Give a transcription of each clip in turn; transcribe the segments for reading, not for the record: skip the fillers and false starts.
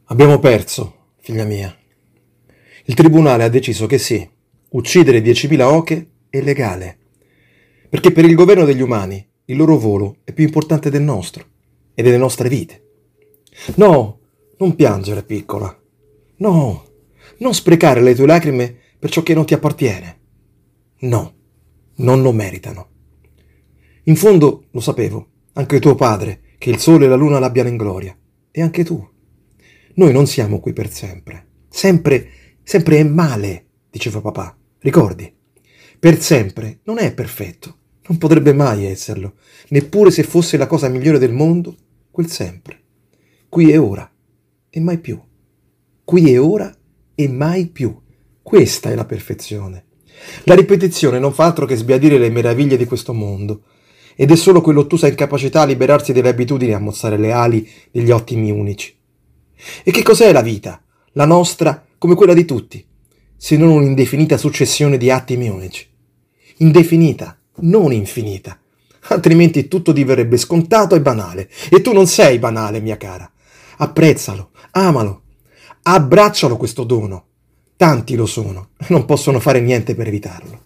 Abbiamo perso, figlia mia. Il tribunale ha deciso che sì, uccidere 10.000 oche è legale, perché per il governo degli umani il loro volo è più importante del nostro e delle nostre vite. No, non piangere, piccola. No, non sprecare le tue lacrime per ciò che non ti appartiene. No, non lo meritano. In fondo lo sapevo, anche tuo padre, che il sole e la luna l'abbiano in gloria, e anche tu. Noi non siamo qui per sempre. Sempre è male, diceva papà. Ricordi? Per sempre non è perfetto. Non potrebbe mai esserlo, neppure se fosse la cosa migliore del mondo, quel sempre. Qui e ora, e mai più. Qui e ora, e mai più. Questa è la perfezione. La ripetizione non fa altro che sbiadire le meraviglie di questo mondo, ed è solo quell'ottusa incapacità a liberarsi delle abitudini a mozzare le ali degli ottimi unici. E che cos'è la vita? La nostra, come quella di tutti, se non un'indefinita successione di attimi unici. Indefinita, non infinita. Altrimenti tutto diverrebbe scontato e banale. E tu non sei banale, mia cara. Apprezzalo, amalo, abbraccialo questo dono. Tanti lo sono, e non possono fare niente per evitarlo.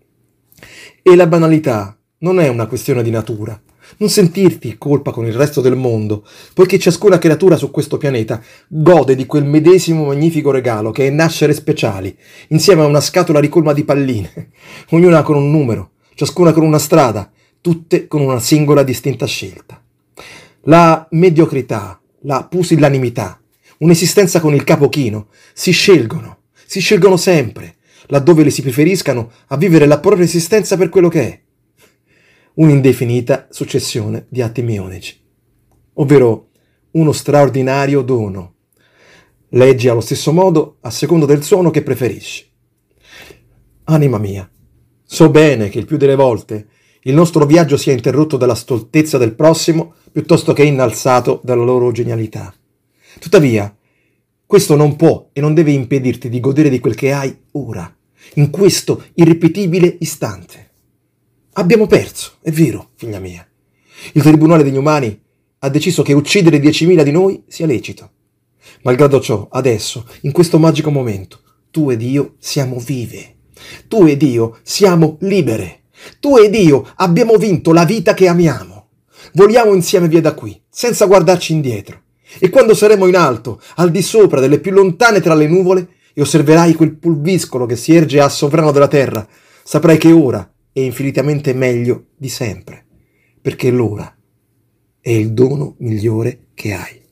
E la banalità non è una questione di natura. Non sentirti in colpa con il resto del mondo, poiché ciascuna creatura su questo pianeta gode di quel medesimo magnifico regalo che è nascere speciali, insieme a una scatola ricolma di palline, ognuna con un numero, ciascuna con una strada, tutte con una singola distinta scelta. La mediocrità, la pusillanimità, un'esistenza con il capo chino, si scelgono sempre, laddove le si preferiscano a vivere la propria esistenza per quello che è. Un'indefinita successione di atti mionici, ovvero uno straordinario dono. Leggi allo stesso modo a seconda del suono che preferisci. Anima mia, so bene che il più delle volte il nostro viaggio sia interrotto dalla stoltezza del prossimo piuttosto che innalzato dalla loro genialità. Tuttavia, questo non può e non deve impedirti di godere di quel che hai ora, in questo irripetibile istante. Abbiamo perso, è vero, figlia mia. Il tribunale degli umani ha deciso che uccidere 10.000 di noi sia lecito. Malgrado ciò, adesso, in questo magico momento, tu ed io siamo vive. Tu ed io siamo libere. Tu ed io abbiamo vinto la vita che amiamo. Voliamo insieme via da qui, senza guardarci indietro. E quando saremo in alto, al di sopra delle più lontane tra le nuvole, e osserverai quel pulviscolo che si erge a sovrano della terra, saprai che ora è infinitamente meglio di sempre, perché l'ora è il dono migliore che hai.